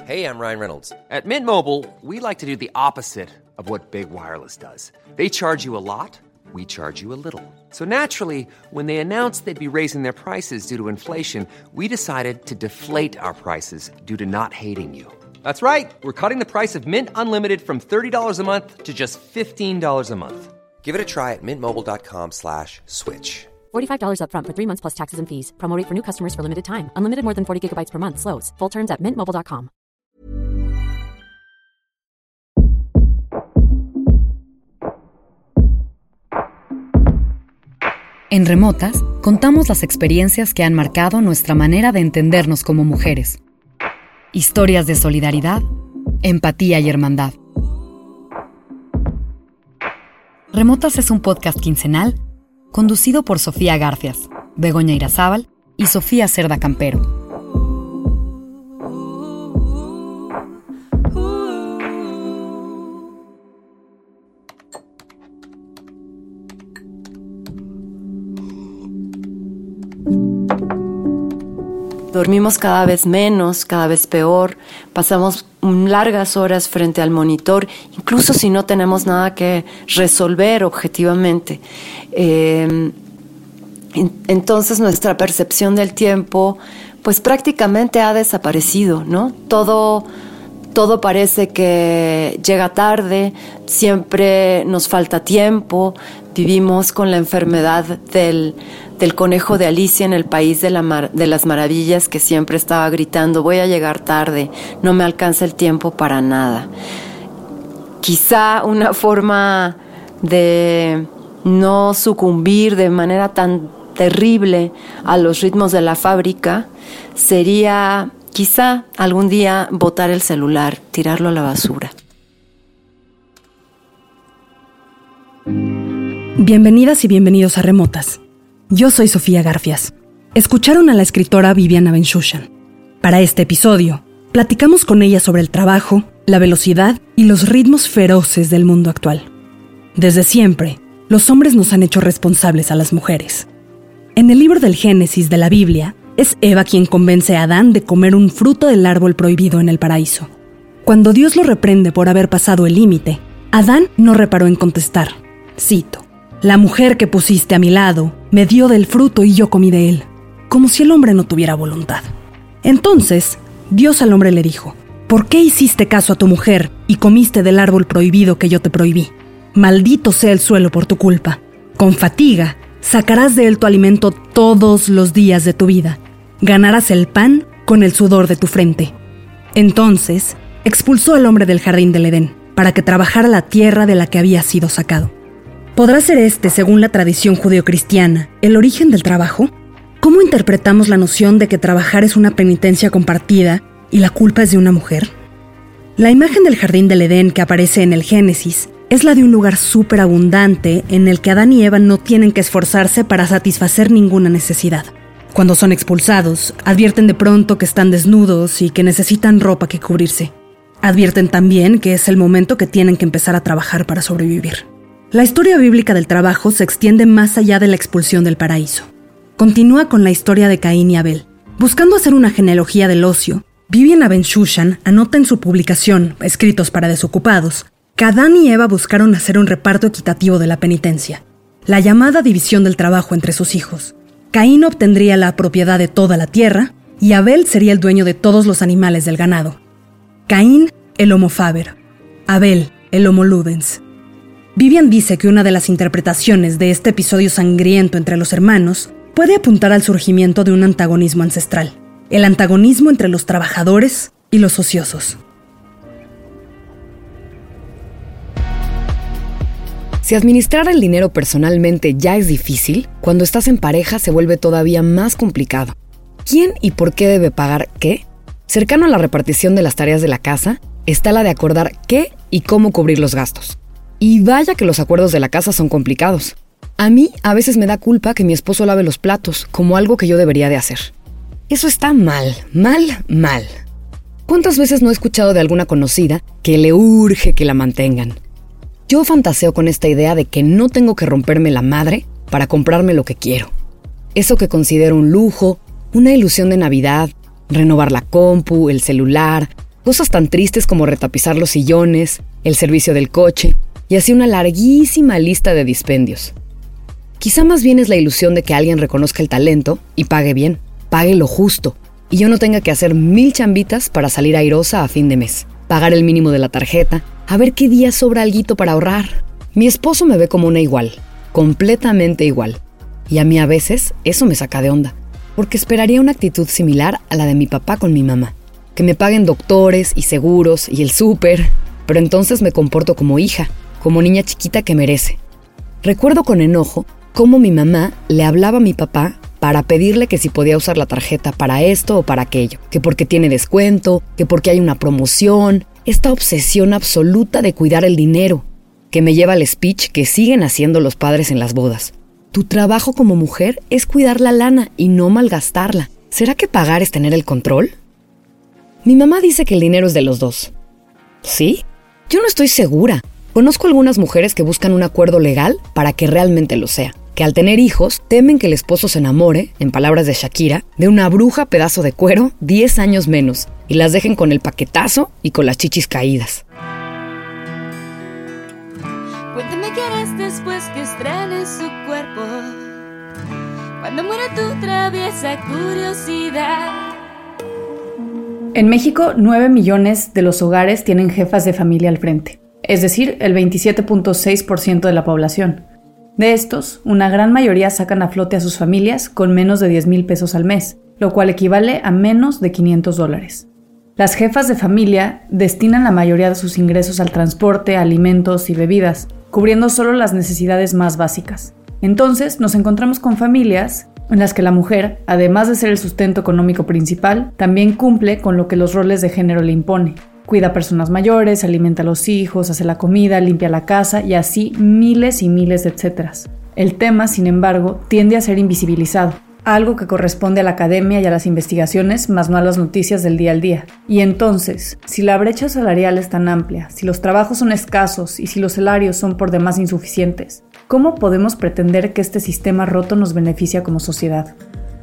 Hey, I'm Ryan Reynolds. At Mint Mobile, we like to do the opposite of what Big Wireless does. They charge you a lot, we charge you a little. So naturally, when they announced they'd be raising their prices due to inflation, we decided to deflate our prices due to not hating you. That's right. We're cutting the price of Mint Unlimited from $30 a month to just $15 a month. Give it a try at mintmobile.com/switch. $45 up front for 3 months plus taxes and fees. Promo rate for new customers for limited time. Unlimited more than 40 gigabytes per month. Slows full terms at mintmobile.com. En Remotas, contamos las experiencias que han marcado nuestra manera de entendernos como mujeres. Historias de solidaridad, empatía y hermandad. Remotas es un podcast quincenal conducido por Sofía Garfias, Begoña Irazábal y Sofía Cerda Campero. Dormimos cada vez menos, cada vez peor, pasamos largas horas frente al monitor, incluso si no tenemos nada que resolver objetivamente. Entonces nuestra percepción del tiempo pues prácticamente ha desaparecido, ¿no? Todo parece que llega tarde, siempre nos falta tiempo, vivimos con la enfermedad del conejo de Alicia en el país de las maravillas, que siempre estaba gritando: voy a llegar tarde, no me alcanza el tiempo para nada. Quizá una forma de no sucumbir de manera tan terrible a los ritmos de la fábrica sería quizá algún día botar el celular, tirarlo a la basura. Bienvenidas y bienvenidos a Remotas. Yo soy Sofía Garfias. Escucharon a la escritora Viviana Ben-Shushan. Para este episodio, platicamos con ella sobre el trabajo, la velocidad y los ritmos feroces del mundo actual. Desde siempre, los hombres nos han hecho responsables a las mujeres. En el libro del Génesis de la Biblia, es Eva quien convence a Adán de comer un fruto del árbol prohibido en el paraíso. Cuando Dios lo reprende por haber pasado el límite, Adán no reparó en contestar. Cito: «La mujer que pusiste a mi lado me dio del fruto y yo comí de él», como si el hombre no tuviera voluntad. Entonces, Dios al hombre le dijo: «¿Por qué hiciste caso a tu mujer y comiste del árbol prohibido que yo te prohibí? Maldito sea el suelo por tu culpa. Con fatiga sacarás de él tu alimento todos los días de tu vida. Ganarás el pan con el sudor de tu frente». Entonces, expulsó al hombre del jardín del Edén para que trabajara la tierra de la que había sido sacado. ¿Podrá ser este, según la tradición judeocristiana, el origen del trabajo? ¿Cómo interpretamos la noción de que trabajar es una penitencia compartida y la culpa es de una mujer? La imagen del jardín del Edén que aparece en el Génesis es la de un lugar superabundante en el que Adán y Eva no tienen que esforzarse para satisfacer ninguna necesidad. Cuando son expulsados, advierten de pronto que están desnudos y que necesitan ropa que cubrirse. Advierten también que es el momento que tienen que empezar a trabajar para sobrevivir. La historia bíblica del trabajo se extiende más allá de la expulsión del paraíso. Continúa con la historia de Caín y Abel. Buscando hacer una genealogía del ocio, Viviana Ben-Shushan anota en su publicación, Escritos para Desocupados, que Adán y Eva buscaron hacer un reparto equitativo de la penitencia, la llamada división del trabajo entre sus hijos. Caín obtendría la propiedad de toda la tierra y Abel sería el dueño de todos los animales del ganado. Caín, el Homo faber; Abel, el Homo ludens. Vivian dice que una de las interpretaciones de este episodio sangriento entre los hermanos puede apuntar al surgimiento de un antagonismo ancestral, el antagonismo entre los trabajadores y los ociosos. Si administrar el dinero personalmente ya es difícil, cuando estás en pareja se vuelve todavía más complicado. ¿Quién y por qué debe pagar qué? Cercano a la repartición de las tareas de la casa está la de acordar qué y cómo cubrir los gastos. Y vaya que los acuerdos de la casa son complicados. A mí a veces me da culpa que mi esposo lave los platos, como algo que yo debería de hacer. Eso está mal. ¿Cuántas veces no he escuchado de alguna conocida que le urge que la mantengan? Yo fantaseo con esta idea de que no tengo que romperme la madre para comprarme lo que quiero. Eso que considero un lujo, una ilusión de Navidad, renovar la compu, el celular, Cosas tan tristes como retapizar los sillones, el servicio del coche, y así una larguísima lista de dispendios. Quizá más bien es la ilusión de que alguien reconozca el talento y pague bien, pague lo justo, y yo no tenga que hacer 1000 chambitas para salir airosa a fin de mes, pagar el mínimo de la tarjeta, a ver qué día sobra alguito para ahorrar. Mi esposo me ve como una igual, completamente igual, y a mí a veces eso me saca de onda, porque esperaría una actitud similar a la de mi papá con mi mamá, que me paguen doctores y seguros y el súper, pero entonces me comporto como hija, como niña chiquita que merece. Recuerdo con enojo cómo mi mamá le hablaba a mi papá para pedirle que si podía usar la tarjeta para esto o para aquello, que porque tiene descuento, que porque hay una promoción, esta obsesión absoluta de cuidar el dinero, que me lleva al speech que siguen haciendo los padres en las bodas. Tu trabajo como mujer es cuidar la lana y no malgastarla. ¿Será que pagar es tener el control? Mi mamá dice que el dinero es de los dos. ¿Sí? Yo no estoy segura. Conozco algunas mujeres que buscan un acuerdo legal para que realmente lo sea, que al tener hijos temen que el esposo se enamore, en palabras de Shakira, de una bruja pedazo de cuero 10 años menos y las dejen con el paquetazo y con las chichis caídas. Cuéntame qué harás después que estrenes su cuerpo, cuando muera tu traviesa curiosidad. En México, 9 millones de los hogares tienen jefas de familia al frente, es decir, el 27.6% de la población. De estos, una gran mayoría sacan a flote a sus familias con menos de 10,000 pesos al mes, lo cual equivale a menos de $500. Las jefas de familia destinan la mayoría de sus ingresos al transporte, alimentos y bebidas, cubriendo solo las necesidades más básicas. Entonces, nos encontramos con familias en las que la mujer, además de ser el sustento económico principal, también cumple con lo que los roles de género le impone. Cuida a personas mayores, alimenta a los hijos, hace la comida, limpia la casa y así miles y miles de etcéteras. El tema, sin embargo, tiende a ser invisibilizado, algo que corresponde a la academia y a las investigaciones, más no a las noticias del día al día. Y entonces, si la brecha salarial es tan amplia, si los trabajos son escasos y si los salarios son por demás insuficientes, ¿cómo podemos pretender que este sistema roto nos beneficia como sociedad?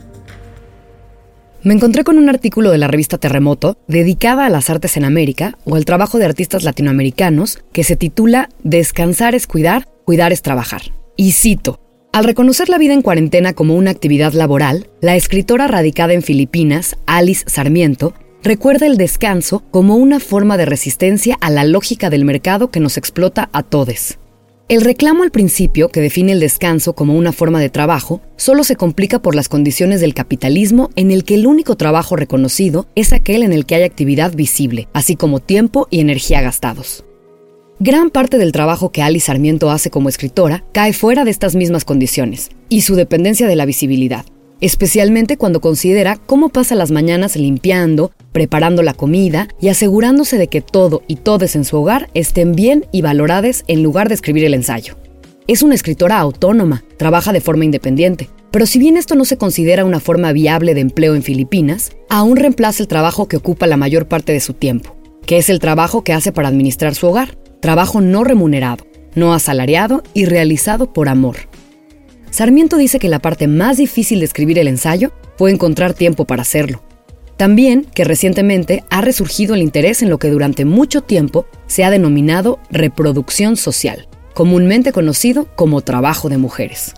Me encontré con un artículo de la revista Terremoto dedicada a las artes en América o al trabajo de artistas latinoamericanos que se titula Descansar es cuidar, cuidar es trabajar. Y cito: al reconocer la vida en cuarentena como una actividad laboral, la escritora radicada en Filipinas, Alice Sarmiento, recuerda el descanso como una forma de resistencia a la lógica del mercado que nos explota a todes. El reclamo al principio, que define el descanso como una forma de trabajo, solo se complica por las condiciones del capitalismo en el que el único trabajo reconocido es aquel en el que hay actividad visible, así como tiempo y energía gastados. Gran parte del trabajo que Alice Sarmiento hace como escritora cae fuera de estas mismas condiciones y su dependencia de la visibilidad, especialmente cuando considera cómo pasa las mañanas limpiando, preparando la comida y asegurándose de que todo y todes en su hogar estén bien y valoradas en lugar de escribir el ensayo. Es una escritora autónoma, trabaja de forma independiente, pero si bien esto no se considera una forma viable de empleo en Filipinas, aún reemplaza el trabajo que ocupa la mayor parte de su tiempo, que es el trabajo que hace para administrar su hogar, trabajo no remunerado, no asalariado y realizado por amor. Sarmiento dice que la parte más difícil de escribir el ensayo fue encontrar tiempo para hacerlo. También que recientemente ha resurgido el interés en lo que durante mucho tiempo se ha denominado reproducción social, comúnmente conocido como trabajo de mujeres.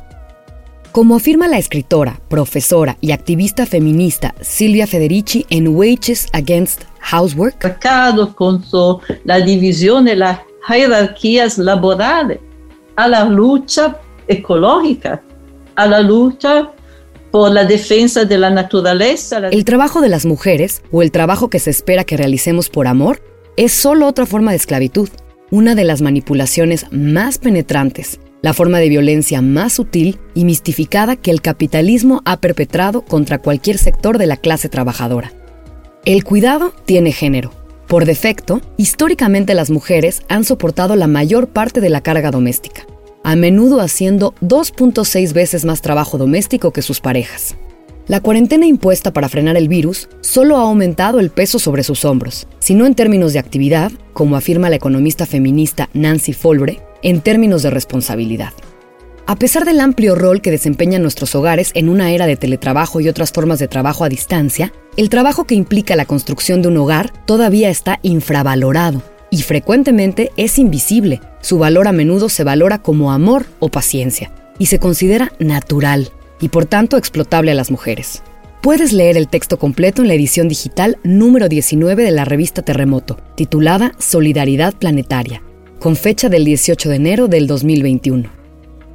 Como afirma la escritora, profesora y activista feminista Silvia Federici en Wages Against Housework, mercado con la división de las jerarquías laborales, a la lucha ecológica, a la lucha por la defensa de la naturaleza. El trabajo de las mujeres, o el trabajo que se espera que realicemos por amor, es solo otra forma de esclavitud, una de las manipulaciones más penetrantes, la forma de violencia más sutil y mistificada que el capitalismo ha perpetrado contra cualquier sector de la clase trabajadora. El cuidado tiene género. Por defecto, históricamente las mujeres han soportado la mayor parte de la carga doméstica, a menudo haciendo 2.6 veces más trabajo doméstico que sus parejas. La cuarentena impuesta para frenar el virus solo ha aumentado el peso sobre sus hombros, sino en términos de actividad, como afirma la economista feminista Nancy Folbre, en términos de responsabilidad. A pesar del amplio rol que desempeñan nuestros hogares en una era de teletrabajo y otras formas de trabajo a distancia, El trabajo que implica la construcción de un hogar todavía está infravalorado y frecuentemente es invisible. Su valor a menudo se valora como amor o paciencia y se considera natural y por tanto explotable a las mujeres. Puedes leer el texto completo en la edición digital número 19 de la revista Terremoto, titulada Solidaridad Planetaria, con fecha del 18 de enero del 2021.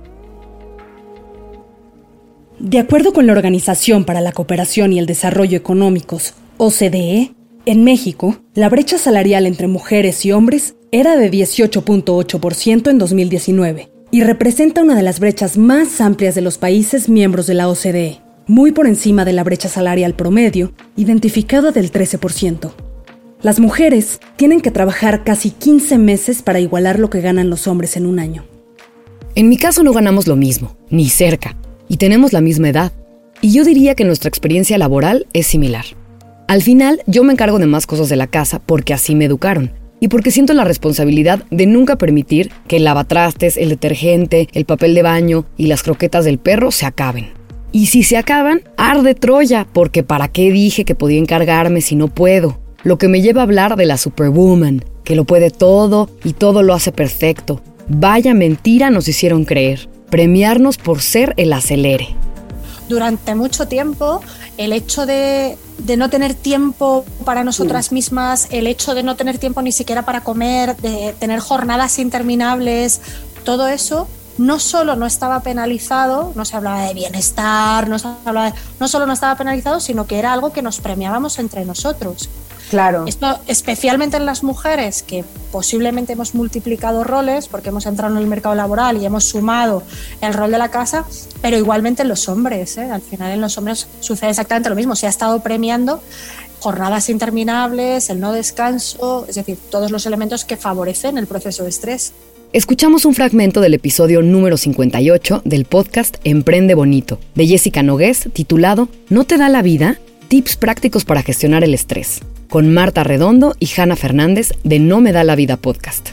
De acuerdo con la Organización para la Cooperación y el Desarrollo Económicos, OCDE, en México, la brecha salarial entre mujeres y hombres era de 18.8% en 2019 y representa una de las brechas más amplias de los países miembros de la OCDE, muy por encima de la brecha salarial promedio, identificada del 13%. Las mujeres tienen que trabajar casi 15 meses para igualar lo que ganan los hombres en un año. En mi caso no ganamos lo mismo, ni cerca. Y tenemos la misma edad. Y yo diría que nuestra experiencia laboral es similar. Al final, yo me encargo de más cosas de la casa porque así me educaron. Y porque siento la responsabilidad de nunca permitir que el lavatrastes, el detergente, el papel de baño y las croquetas del perro se acaben. Y si se acaban, arde Troya, porque ¿para qué dije que podía encargarme si no puedo? Lo que me lleva a hablar de la Superwoman, que lo puede todo y todo lo hace perfecto. Vaya mentira nos hicieron creer. Premiarnos por ser el acelere. Durante mucho tiempo, el hecho de no tener tiempo para nosotras mismas, el hecho de no tener tiempo ni siquiera para comer, de tener jornadas interminables, todo eso no solo no estaba penalizado, no se hablaba de bienestar, no solo no estaba penalizado, sino que era algo que nos premiábamos entre nosotros. Claro. Esto especialmente en las mujeres, que posiblemente hemos multiplicado roles porque hemos entrado en el mercado laboral y hemos sumado el rol de la casa, pero igualmente en los hombres, Al final en los hombres sucede exactamente lo mismo. Se ha estado premiando jornadas interminables, el no descanso, es decir, todos los elementos que favorecen el proceso de estrés. Escuchamos un fragmento del episodio número 58 del podcast Emprende Bonito, de Jessica Nogués, titulado ¿No te da la vida? Tips prácticos para gestionar el estrés, con Marta Redondo y Hanna Fernández de No Me Da la Vida Podcast.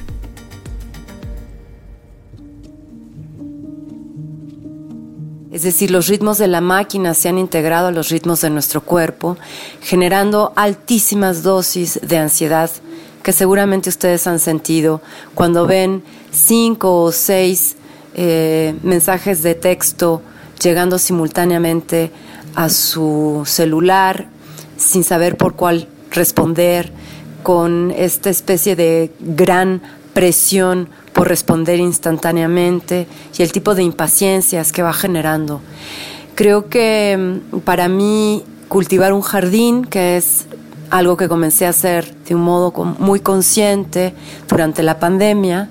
Es decir, los ritmos de la máquina se han integrado a los ritmos de nuestro cuerpo, generando altísimas dosis de ansiedad que seguramente ustedes han sentido cuando ven 5 o 6 mensajes de texto llegando simultáneamente a su celular sin saber por cuál responder, con esta especie de gran presión por responder instantáneamente y el tipo de impaciencias que va generando. Creo que para mí cultivar un jardín, que es algo que comencé a hacer de un modo muy consciente durante la pandemia,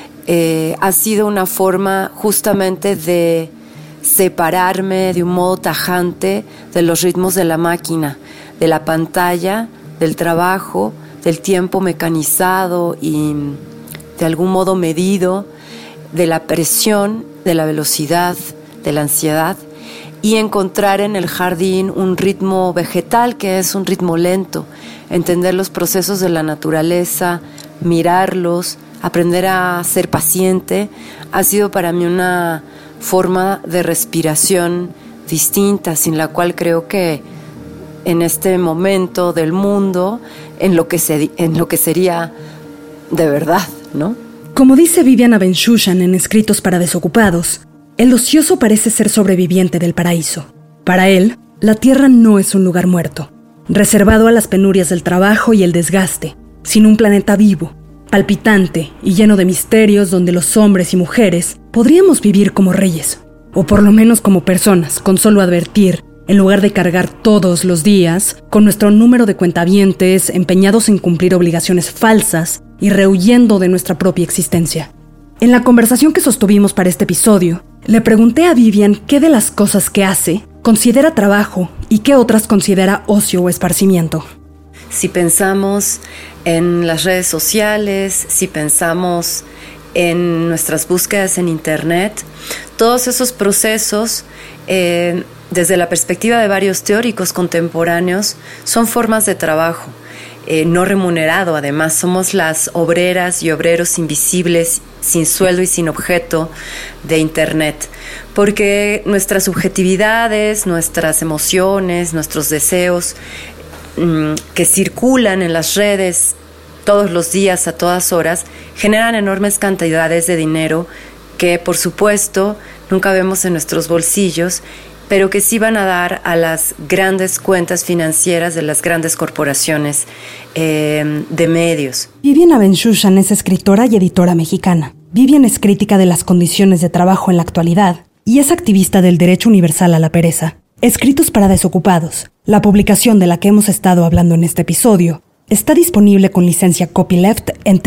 ha sido una forma justamente de separarme de un modo tajante de los ritmos de la máquina, de la pantalla, del trabajo, del tiempo mecanizado y de algún modo medido, de la presión, de la velocidad, de la ansiedad, y encontrar en el jardín un ritmo vegetal que es un ritmo lento, entender los procesos de la naturaleza, mirarlos, aprender a ser paciente, ha sido para mí una forma de respiración distinta, sin la cual creo que en este momento del mundo, en lo que sería de verdad, ¿no? Como dice Viviana Ben-Shushan en Escritos para Desocupados, el ocioso parece ser sobreviviente del paraíso. Para él, la tierra no es un lugar muerto, reservado a las penurias del trabajo y el desgaste, sino un planeta vivo, palpitante y lleno de misterios donde los hombres y mujeres podríamos vivir como reyes, o por lo menos como personas, con solo advertir, en lugar de cargar todos los días con nuestro número de cuentavientes empeñados en cumplir obligaciones falsas y rehuyendo de nuestra propia existencia. En la conversación que sostuvimos para este episodio, le pregunté a Vivian qué de las cosas que hace considera trabajo y qué otras considera ocio o esparcimiento. Si pensamos en las redes sociales, si pensamos en nuestras búsquedas en Internet, todos esos procesos, desde la perspectiva de varios teóricos contemporáneos, son formas de trabajo no remunerado. Además, somos las obreras y obreros invisibles, sin sueldo y sin objeto de Internet, porque nuestras subjetividades, nuestras emociones, nuestros deseos que circulan en las redes todos los días, a todas horas, generan enormes cantidades de dinero que, por supuesto, nunca vemos en nuestros bolsillos, pero que sí van a dar a las grandes cuentas financieras de las grandes corporaciones de medios. Viviana Ben-Shushan es escritora y editora mexicana. Vivian es crítica de las condiciones de trabajo en la actualidad y es activista del derecho universal a la pereza. Escritos para Desocupados, la publicación de la que hemos estado hablando en este episodio, está disponible con licencia Copyleft en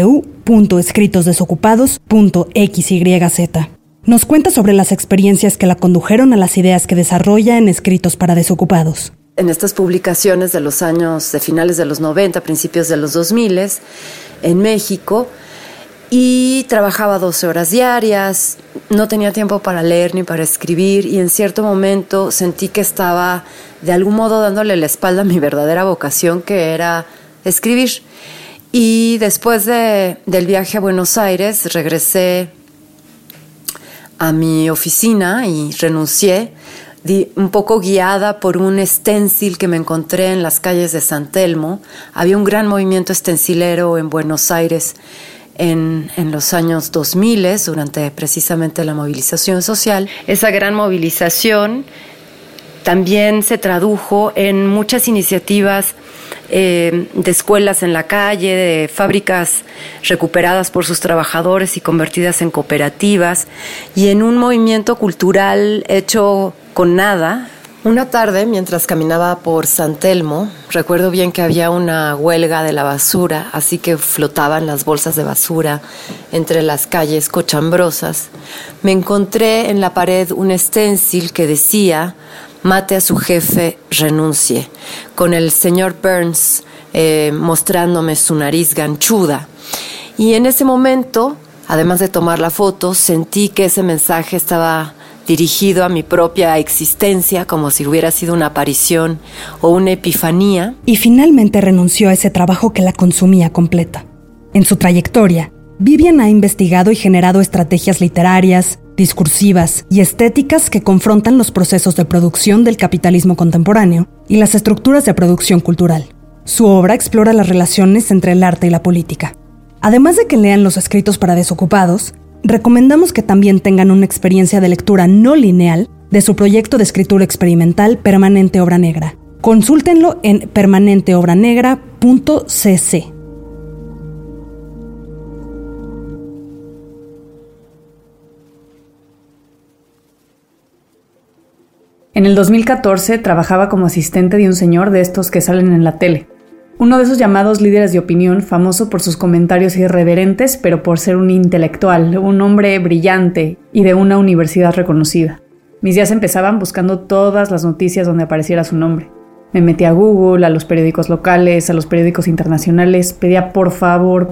www.escritosdesocupados.xyz. Nos cuenta sobre las experiencias que la condujeron a las ideas que desarrolla en Escritos para Desocupados. En estas publicaciones de los años de finales de los 90, principios de los 2000 en México, y trabajaba 12 horas diarias, no tenía tiempo para leer ni para escribir, y en cierto momento sentí que estaba de algún modo dándole la espalda a mi verdadera vocación, que era escribir. Y después del viaje a Buenos Aires regresé a mi oficina y renuncié, un poco guiada por un stencil que me encontré en las calles de San Telmo. Había un gran movimiento stencilero en Buenos Aires en los años 2000, durante precisamente la movilización social. Esa gran movilización también se tradujo en muchas iniciativas de escuelas en la calle, de fábricas recuperadas por sus trabajadores y convertidas en cooperativas, y en un movimiento cultural hecho con nada. Una tarde, mientras caminaba por San Telmo, recuerdo bien que había una huelga de la basura, así que flotaban las bolsas de basura entre las calles cochambrosas. Me encontré en la pared un stencil que decía: mate a su jefe, renuncie, con el señor Burns mostrándome su nariz ganchuda. Y en ese momento, además de tomar la foto, sentí que ese mensaje estaba dirigido a mi propia existencia, como si hubiera sido una aparición o una epifanía. Y finalmente renunció a ese trabajo que la consumía completa. En su trayectoria, Vivian ha investigado y generado estrategias literarias, discursivas y estéticas que confrontan los procesos de producción del capitalismo contemporáneo y las estructuras de producción cultural. Su obra explora las relaciones entre el arte y la política. Además de que lean los Escritos para Desocupados, recomendamos que también tengan una experiencia de lectura no lineal de su proyecto de escritura experimental Permanente Obra Negra. Consúltenlo en permanenteobranegra.cc. En el 2014 trabajaba como asistente de un señor de estos que salen en la tele. Uno de esos llamados líderes de opinión, famoso por sus comentarios irreverentes, pero por ser un intelectual, un hombre brillante y de una universidad reconocida. Mis días empezaban buscando todas las noticias donde apareciera su nombre. Me metí a Google, a los periódicos locales, a los periódicos internacionales, pedía por favor,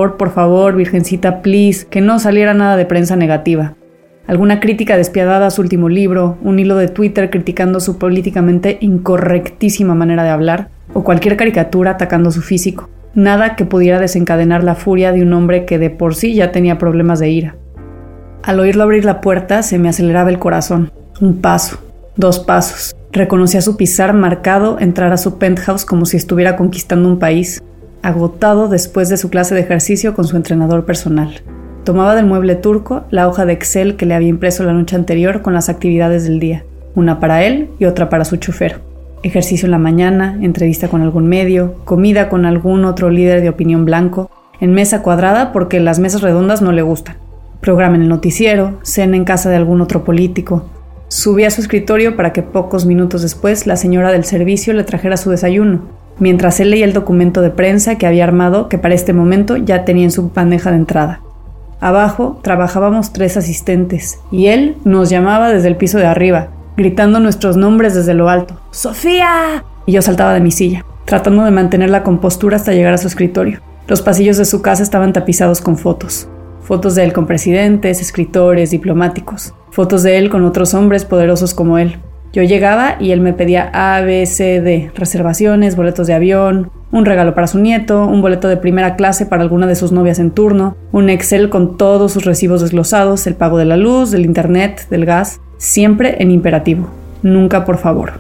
virgencita, please, que no saliera nada de prensa negativa. Alguna crítica despiadada a su último libro, un hilo de Twitter criticando su políticamente incorrectísima manera de hablar, o cualquier caricatura atacando su físico. Nada que pudiera desencadenar la furia de un hombre que de por sí ya tenía problemas de ira. Al oírlo abrir la puerta se me aceleraba el corazón. Un paso, 2 pasos. Reconocía su pisar marcado entrar a su penthouse como si estuviera conquistando un país, agotado después de su clase de ejercicio con su entrenador personal. Tomaba del mueble turco la hoja de Excel que le había impreso la noche anterior con las actividades del día, una para él y otra para su chofer. Ejercicio en la mañana, entrevista con algún medio, comida con algún otro líder de opinión blanco, en mesa cuadrada porque las mesas redondas no le gustan, programa en el noticiero, cena en casa de algún otro político. Subí a su escritorio para que pocos minutos después la señora del servicio le trajera su desayuno, mientras él leía el documento de prensa que había armado, que para este momento ya tenía en su bandeja de entrada. Abajo trabajábamos 3 asistentes y él nos llamaba desde el piso de arriba, gritando nuestros nombres desde lo alto. ¡Sofía! Y yo saltaba de mi silla, tratando de mantener la compostura hasta llegar a su escritorio. Los pasillos de su casa estaban tapizados con fotos. Fotos de él con presidentes, escritores, diplomáticos. Fotos de él con otros hombres poderosos como él. Yo llegaba y él me pedía A, B, C, D, reservaciones, boletos de avión, un regalo para su nieto, un boleto de primera clase para alguna de sus novias en turno, un Excel con todos sus recibos desglosados, el pago de la luz, del internet, del gas, siempre en imperativo, nunca por favor.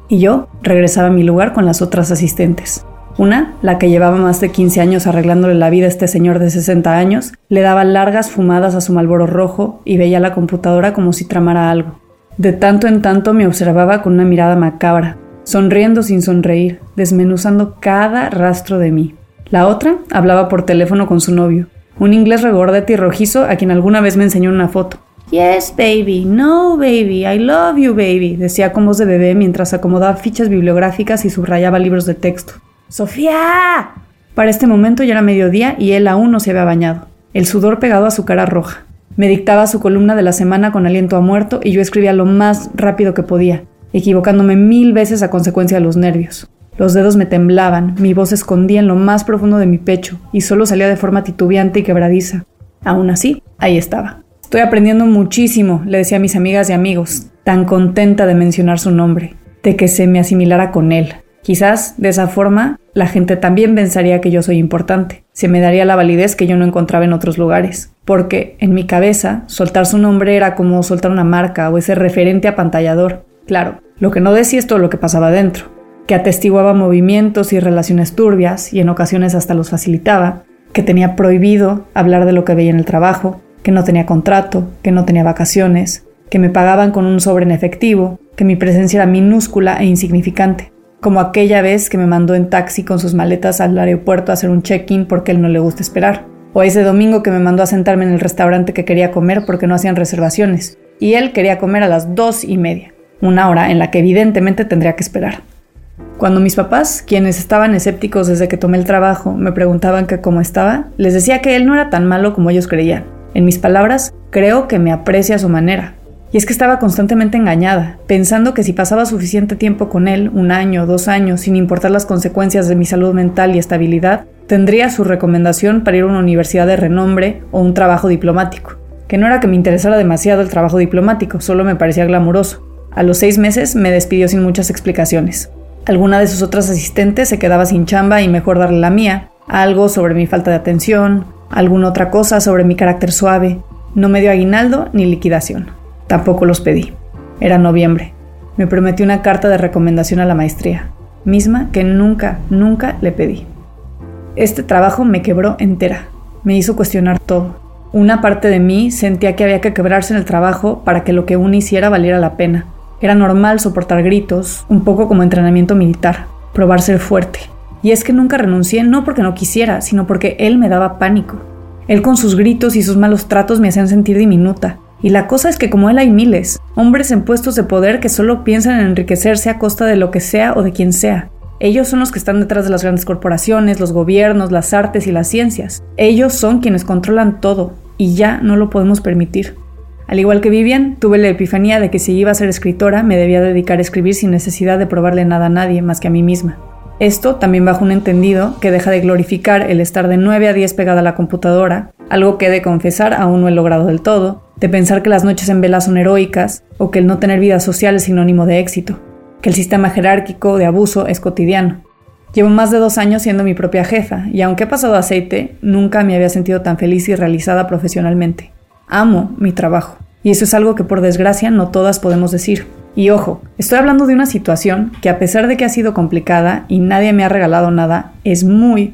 y yo regresaba a mi lugar con las otras asistentes. Una, la que llevaba más de 15 años arreglándole la vida a este señor de 60 años, le daba largas fumadas a su Marlboro rojo y veía la computadora como si tramara algo. De tanto en tanto me observaba con una mirada macabra, sonriendo sin sonreír, desmenuzando cada rastro de mí. La otra hablaba por teléfono con su novio, un inglés regordete y rojizo a quien alguna vez me enseñó una foto. «Yes, baby, no, baby, I love you, baby», decía con voz de bebé mientras acomodaba fichas bibliográficas y subrayaba libros de texto. ¡Sofía! Para este momento ya era mediodía y él aún no se había bañado, el sudor pegado a su cara roja. Me dictaba su columna de la semana con aliento a muerto y yo escribía lo más rápido que podía, equivocándome 1000 veces a consecuencia de los nervios. Los dedos me temblaban, mi voz se escondía en lo más profundo de mi pecho y solo salía de forma titubeante y quebradiza. Aún así, ahí estaba. «Estoy aprendiendo muchísimo», le decía a mis amigas y amigos, tan contenta de mencionar su nombre, de que se me asimilara con él. Quizás, de esa forma, la gente también pensaría que yo soy importante. Se me daría la validez que yo no encontraba en otros lugares. Porque, en mi cabeza, soltar su nombre era como soltar una marca o ese referente apantallador. Claro, lo que no decía es todo lo que pasaba dentro. Que atestiguaba movimientos y relaciones turbias, y en ocasiones hasta los facilitaba. Que tenía prohibido hablar de lo que veía en el trabajo. Que no tenía contrato. Que no tenía vacaciones. Que me pagaban con un sobre en efectivo. Que mi presencia era minúscula e insignificante. Como aquella vez que me mandó en taxi con sus maletas al aeropuerto a hacer un check-in porque a él no le gusta esperar. O ese domingo que me mandó a sentarme en el restaurante que quería comer porque no hacían reservaciones. Y él quería comer a las 2:30, una hora en la que evidentemente tendría que esperar. Cuando mis papás, quienes estaban escépticos desde que tomé el trabajo, me preguntaban que cómo estaba, les decía que él no era tan malo como ellos creían. En mis palabras, creo que me aprecia a su manera. Y es que estaba constantemente engañada, pensando que si pasaba suficiente tiempo con él, 1 año, 2 años, sin importar las consecuencias de mi salud mental y estabilidad, tendría su recomendación para ir a una universidad de renombre o un trabajo diplomático. Que no era que me interesara demasiado el trabajo diplomático, solo me parecía glamuroso. A los 6 meses me despidió sin muchas explicaciones. Alguna de sus otras asistentes se quedaba sin chamba y mejor darle la mía, algo sobre mi falta de atención, alguna otra cosa sobre mi carácter suave. No me dio aguinaldo ni liquidación. Tampoco los pedí. Era noviembre. Me prometió una carta de recomendación a la maestría, misma que nunca le pedí. Este trabajo me quebró entera. Me hizo cuestionar todo. Una parte de mí sentía que había que quebrarse en el trabajo para que lo que uno hiciera valiera la pena. Era normal soportar gritos, un poco como entrenamiento militar, probar ser fuerte. Y es que nunca renuncié, no porque no quisiera, sino porque él me daba pánico. Él con sus gritos y sus malos tratos me hacían sentir diminuta. Y la cosa es que como él hay miles, hombres en puestos de poder que solo piensan en enriquecerse a costa de lo que sea o de quien sea. Ellos son los que están detrás de las grandes corporaciones, los gobiernos, las artes y las ciencias. Ellos son quienes controlan todo, y ya no lo podemos permitir. Al igual que Vivian, tuve la epifanía de que si iba a ser escritora, me debía dedicar a escribir sin necesidad de probarle nada a nadie más que a mí misma. Esto también bajo un entendido que deja de glorificar el estar de 9 a 10 pegada a la computadora, algo que he de confesar aún no he logrado del todo, de pensar que las noches en vela son heroicas o que el no tener vida social es sinónimo de éxito, que el sistema jerárquico de abuso es cotidiano. Llevo más de 2 años siendo mi propia jefa y aunque he pasado aceite, nunca me había sentido tan feliz y realizada profesionalmente. Amo mi trabajo y eso es algo que por desgracia no todas podemos decir. Y ojo, estoy hablando de una situación que a pesar de que ha sido complicada y nadie me ha regalado nada, es muy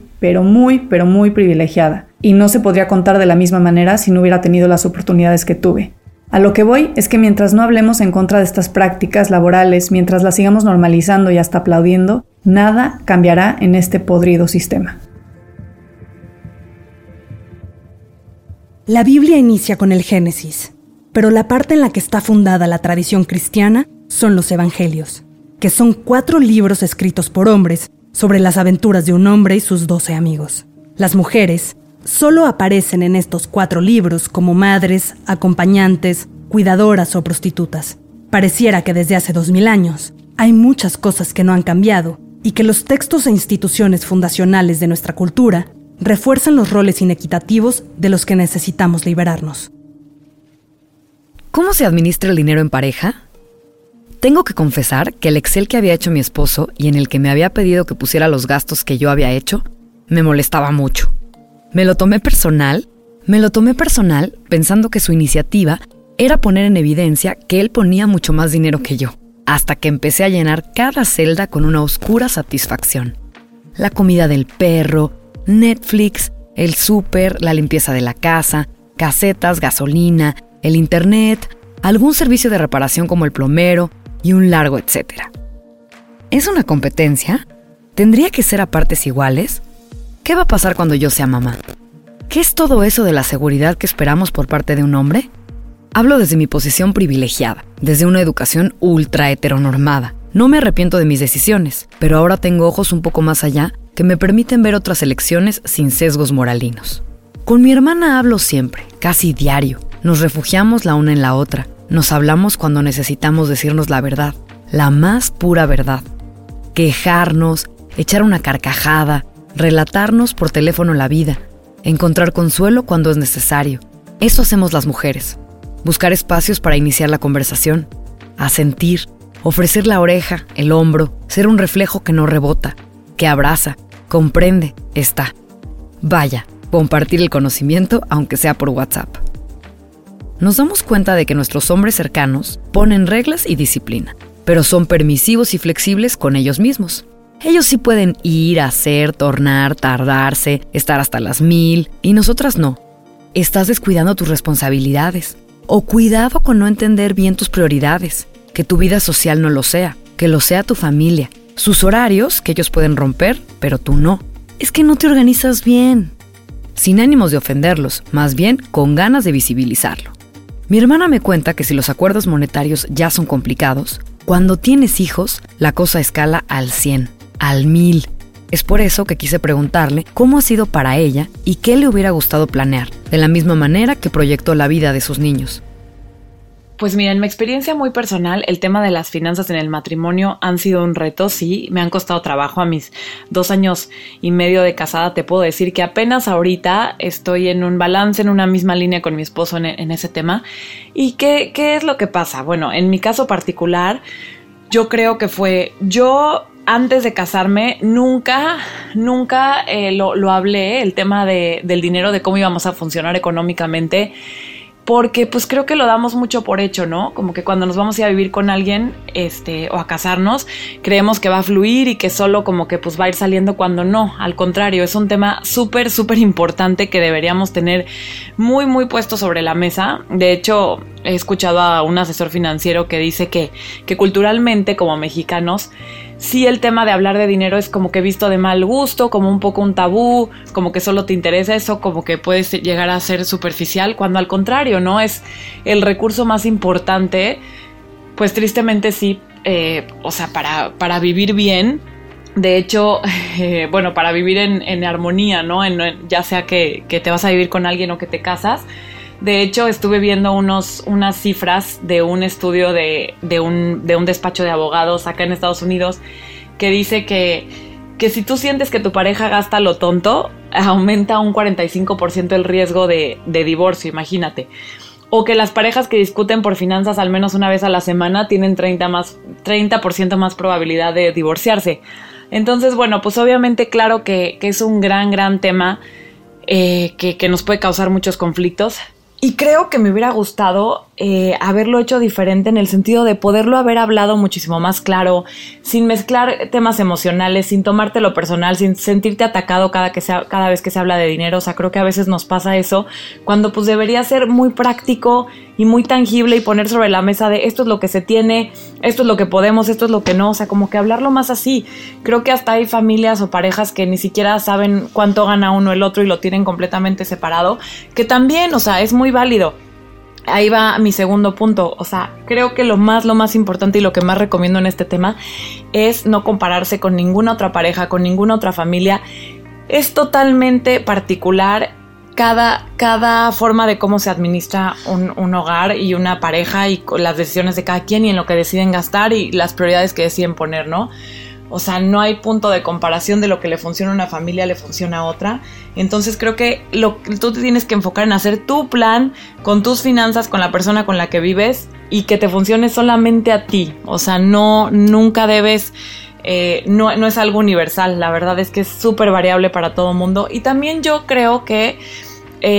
privilegiada. Y no se podría contar de la misma manera si no hubiera tenido las oportunidades que tuve. A lo que voy es que mientras no hablemos en contra de estas prácticas laborales, mientras las sigamos normalizando y hasta aplaudiendo, nada cambiará en este podrido sistema. La Biblia inicia con el Génesis, pero la parte en la que está fundada la tradición cristiana son los Evangelios, que son 4 libros escritos por hombres sobre las aventuras de un hombre y sus 12 amigos. Las mujeres solo aparecen en estos 4 libros como madres, acompañantes, cuidadoras o prostitutas. Pareciera que desde hace 2000 años hay muchas cosas que no han cambiado y que los textos e instituciones fundacionales de nuestra cultura refuerzan los roles inequitativos de los que necesitamos liberarnos. ¿Cómo se administra el dinero en pareja? Tengo que confesar que el Excel que había hecho mi esposo y en el que me había pedido que pusiera los gastos que yo había hecho, me molestaba mucho. Me lo tomé personal pensando que su iniciativa era poner en evidencia que él ponía mucho más dinero que yo. hasta que empecé a llenar cada celda con una oscura satisfacción. La comida del perro, Netflix, el súper, la limpieza de la casa, casetas, gasolina, el internet, algún servicio de reparación como el plomero y un largo etcétera. ¿Es una competencia? ¿Tendría que ser a partes iguales? ¿Qué va a pasar cuando yo sea mamá? ¿Qué es todo eso de la seguridad que esperamos por parte de un hombre? Hablo desde mi posición privilegiada, desde una educación ultra heteronormada. No me arrepiento de mis decisiones, pero ahora tengo ojos un poco más allá que me permiten ver otras elecciones sin sesgos moralinos. Con mi hermana hablo siempre, casi diario. Nos refugiamos la una en la otra. Nos hablamos cuando necesitamos decirnos la verdad, la más pura verdad. Quejarnos, echar una carcajada, relatarnos por teléfono la vida, encontrar consuelo cuando es necesario. Eso hacemos las mujeres. Buscar espacios para iniciar la conversación, asentir, ofrecer la oreja, el hombro, ser un reflejo que no rebota, que abraza, comprende, está. Vaya, compartir el conocimiento aunque sea por WhatsApp. Nos damos cuenta de que nuestros hombres cercanos ponen reglas y disciplina, pero son permisivos y flexibles con ellos mismos. Ellos sí pueden ir, hacer, tornar, tardarse, estar hasta las 1000, y nosotras no. Estás descuidando tus responsabilidades. O cuidado con no entender bien tus prioridades, que tu vida social no lo sea, que lo sea tu familia, sus horarios que ellos pueden romper, pero tú no. Es que no te organizas bien. Sin ánimos de ofenderlos, más bien con ganas de visibilizarlo. Mi hermana me cuenta que si los acuerdos monetarios ya son complicados, cuando tienes hijos, la cosa escala al 100, al 1000. Es por eso que quise preguntarle cómo ha sido para ella y qué le hubiera gustado planear, de la misma manera que proyectó la vida de sus niños. Pues mira, en mi experiencia muy personal, el tema de las finanzas en el matrimonio han sido un reto, sí, me han costado trabajo. A mis 2 años y medio de casada te puedo decir que apenas ahorita estoy en un balance, en una misma línea con mi esposo en ese tema. ¿Y qué es lo que pasa? Bueno, en mi caso particular, yo creo que antes de casarme, nunca lo hablé, el tema del dinero, de cómo íbamos a funcionar económicamente, porque pues creo que lo damos mucho por hecho, ¿no? Como que cuando nos vamos a ir a vivir con alguien, o a casarnos, creemos que va a fluir y que solo como que pues va a ir saliendo, cuando no. Al contrario, es un tema súper importante que deberíamos tener muy puesto sobre la mesa. De hecho, he escuchado a un asesor financiero que dice que culturalmente, como mexicanos, sí, el tema de hablar de dinero es como que visto de mal gusto, como un poco un tabú, como que solo te interesa eso, como que puedes llegar a ser superficial, cuando al contrario, ¿no? Es el recurso más importante, pues tristemente sí, para vivir bien. De hecho, para vivir en armonía, ¿no? Ya sea que te vas a vivir con alguien o que te casas. De hecho, estuve viendo unas cifras de un estudio de un despacho de abogados acá en Estados Unidos, que dice que si tú sientes que tu pareja gasta lo tonto, aumenta un 45% el riesgo de divorcio, imagínate. O que las parejas que discuten por finanzas al menos una vez a la semana tienen 30% más probabilidad de divorciarse. Entonces, bueno, pues obviamente claro que es un gran tema que nos puede causar muchos conflictos. Y creo que me hubiera gustado haberlo hecho diferente, en el sentido de poderlo haber hablado muchísimo más claro, sin mezclar temas emocionales, sin tomártelo personal, sin sentirte atacado cada vez que se habla de dinero. O sea, creo que a veces nos pasa eso, cuando pues debería ser muy práctico y muy tangible, y poner sobre la mesa de esto es lo que se tiene, esto es lo que podemos, esto es lo que no. O sea, como que hablarlo más así. Creo que hasta hay familias o parejas que ni siquiera saben cuánto gana uno el otro y lo tienen completamente separado, que también, o sea, es muy válido. Ahí va mi segundo punto. O sea, creo que lo más importante y lo que más recomiendo en este tema es no compararse con ninguna otra pareja, con ninguna otra familia. Es totalmente particular cada forma de cómo se administra un hogar y una pareja, y las decisiones de cada quien y en lo que deciden gastar y las prioridades que deciden poner, ¿no? O sea, no hay punto de comparación de lo que le funciona a una familia, le funciona a otra. Entonces creo que tú te tienes que enfocar en hacer tu plan con tus finanzas, con la persona con la que vives, y que te funcione solamente a ti. O sea, nunca debes... no es algo universal. La verdad es que es súper variable para todo mundo. Y también yo creo que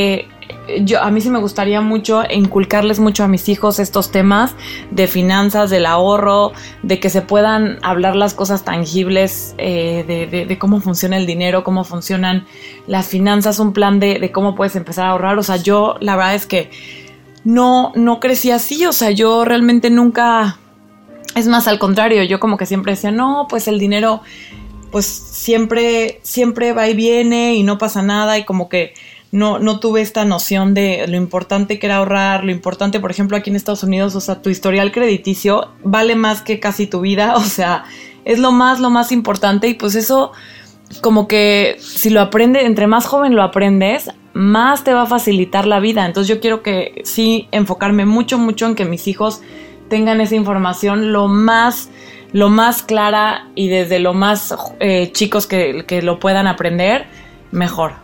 a mí sí me gustaría mucho inculcarles mucho a mis hijos estos temas de finanzas, del ahorro, de que se puedan hablar las cosas tangibles, de cómo funciona el dinero, cómo funcionan las finanzas, un plan de cómo puedes empezar a ahorrar. O sea, yo la verdad es que no crecí así, o sea, yo realmente nunca, es más al contrario, yo como que siempre decía, no, pues el dinero pues siempre va y viene y no pasa nada, y como que no tuve esta noción de lo importante que era ahorrar, lo importante, por ejemplo, aquí en Estados Unidos, o sea, tu historial crediticio vale más que casi tu vida, o sea, es lo más importante, y pues eso como que si lo aprendes, entre más joven lo aprendes, más te va a facilitar la vida. Entonces yo quiero que sí enfocarme mucho en que mis hijos tengan esa información lo más clara y desde lo más chicos que lo puedan aprender, mejor.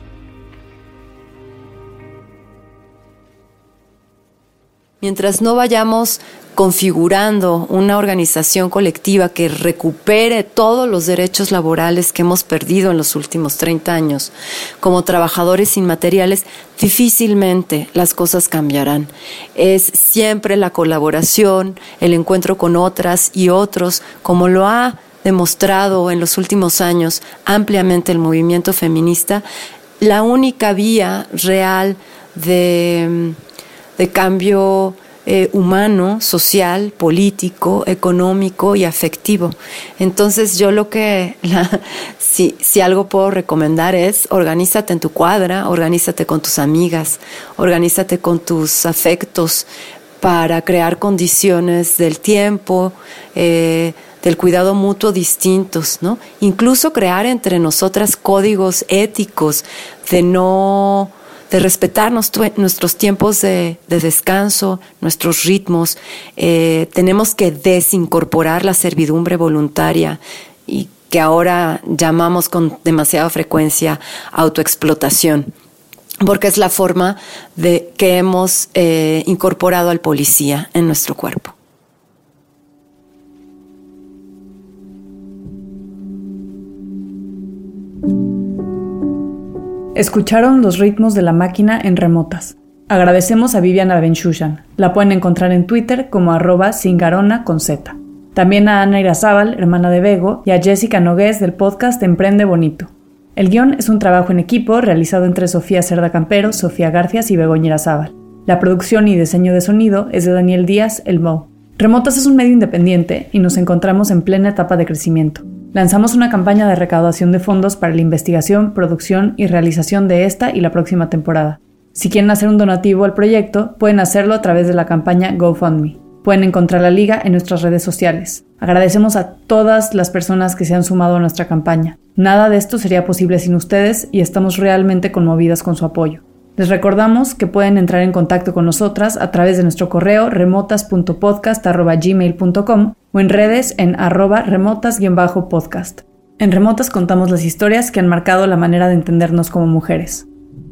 Mientras no vayamos configurando una organización colectiva que recupere todos los derechos laborales que hemos perdido en los últimos 30 años, como trabajadores inmateriales, difícilmente las cosas cambiarán. Es siempre la colaboración, el encuentro con otras y otros, como lo ha demostrado en los últimos años ampliamente el movimiento feminista, la única vía real de cambio humano, social, político, económico y afectivo. Entonces yo si algo puedo recomendar es organízate en tu cuadra, organízate con tus amigas, organízate con tus afectos para crear condiciones del tiempo, del cuidado mutuo distintos, ¿no? Incluso crear entre nosotras códigos éticos de respetar nuestros tiempos de descanso, nuestros ritmos. Tenemos que desincorporar la servidumbre voluntaria y que ahora llamamos con demasiada frecuencia autoexplotación, porque es la forma que hemos incorporado al policía en nuestro cuerpo. Escucharon Los ritmos de la máquina en Remotas. Agradecemos a Viviana Benchushan. La pueden encontrar en Twitter como @singarona con Z. También a Ana Irazábal, hermana de Bego, y a Jessica Nogués del podcast Emprende Bonito. El guión es un trabajo en equipo realizado entre Sofía Cerda Campero, Sofía Garfias y Begoña Irazábal. La producción y diseño de sonido es de Daniel Díaz, el Mo. Remotas es un medio independiente y nos encontramos en plena etapa de crecimiento. Lanzamos una campaña de recaudación de fondos para la investigación, producción y realización de esta y la próxima temporada. Si quieren hacer un donativo al proyecto, pueden hacerlo a través de la campaña GoFundMe. Pueden encontrar la liga en nuestras redes sociales. Agradecemos a todas las personas que se han sumado a nuestra campaña. Nada de esto sería posible sin ustedes y estamos realmente conmovidas con su apoyo. Les recordamos que pueden entrar en contacto con nosotras a través de nuestro correo remotas.podcast@gmail.com o en redes en @remotas_podcast. En Remotas contamos las historias que han marcado la manera de entendernos como mujeres.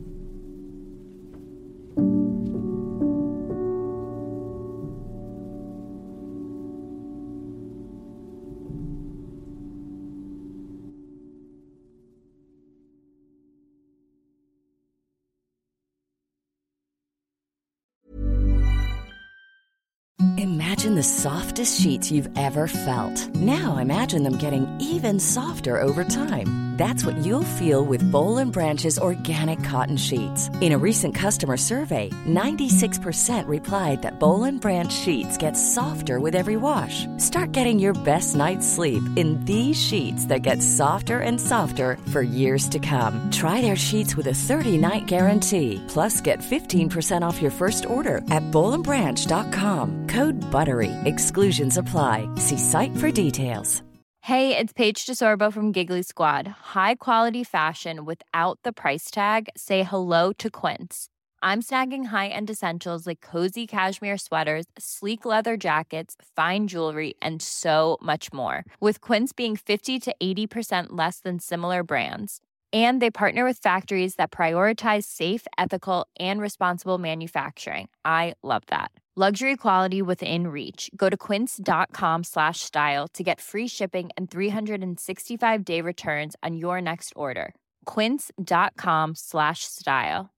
Imagine the softest sheets you've ever felt. Now imagine them getting even softer over time. That's what you'll feel with Boll & Branch's organic cotton sheets. In a recent customer survey, 96% replied that Boll & Branch sheets get softer with every wash. Start getting your best night's sleep in these sheets that get softer and softer for years to come. Try their sheets with a 30-night guarantee. Plus, get 15% off your first order at bollandbranch.com. Code BUTTERY. Exclusions apply. See site for details. Hey, it's Paige DeSorbo from Giggly Squad. High quality fashion without the price tag. Say hello to Quince. I'm snagging high-end essentials like cozy cashmere sweaters, sleek leather jackets, fine jewelry, and so much more. With Quince being 50 to 80% less than similar brands. And they partner with factories that prioritize safe, ethical, and responsible manufacturing. I love that. Luxury quality within reach. Go to quince.com/style to get free shipping and 365-day returns on your next order. Quince.com/style.